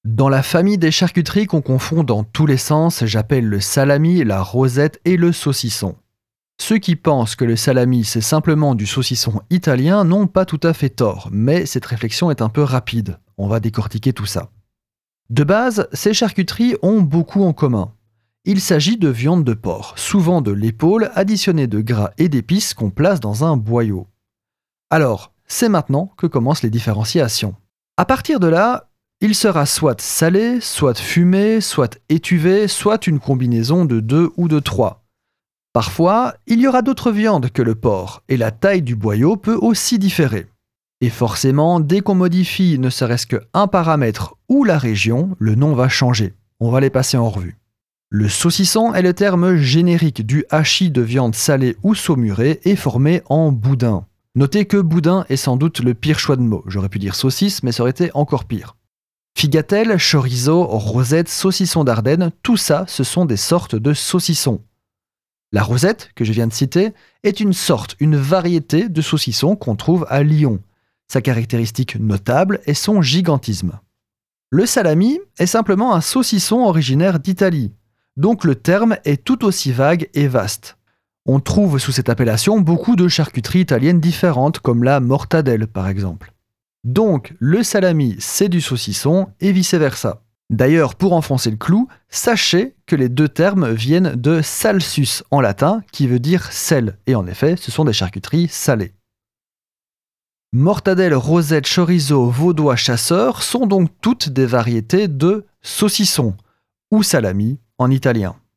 Dans la famille des charcuteries qu'on confond dans tous les sens, j'appelle le salami, la rosette et le saucisson. Ceux qui pensent que le salami c'est simplement du saucisson italien n'ont pas tout à fait tort, mais cette réflexion est un peu rapide. On va décortiquer tout ça. De base, ces charcuteries ont beaucoup en commun. Il s'agit de viande de porc, souvent de l'épaule, additionnée de gras et d'épices qu'on place dans un boyau. Alors, c'est maintenant que commencent les différenciations. À partir de là, il sera soit salé, soit fumé, soit étuvé, soit une combinaison de 2 ou de 3. Parfois, il y aura d'autres viandes que le porc, et la taille du boyau peut aussi différer. Et forcément, dès qu'on modifie ne serait-ce qu'un paramètre ou la région, le nom va changer. On va les passer en revue. Le saucisson est le terme générique du hachis de viande salée ou saumurée et formé en boudin. Notez que boudin est sans doute le pire choix de mots. J'aurais pu dire saucisse, mais ça aurait été encore pire. Figatelle, chorizo, rosette, saucisson d'Ardenne, tout ça, ce sont des sortes de saucissons. La rosette, que je viens de citer, est une variété de saucisson qu'on trouve à Lyon. Sa caractéristique notable est son gigantisme. Le salami est simplement un saucisson originaire d'Italie. Donc le terme est tout aussi vague et vaste. On trouve sous cette appellation beaucoup de charcuteries italiennes différentes, comme la mortadelle par exemple. Donc le salami c'est du saucisson et vice-versa. D'ailleurs, pour enfoncer le clou, sachez que les deux termes viennent de salsus en latin, qui veut dire sel, et en effet, ce sont des charcuteries salées. Mortadelle, rosette, chorizo, vaudois, chasseur sont donc toutes des variétés de saucisson, ou salami en italien.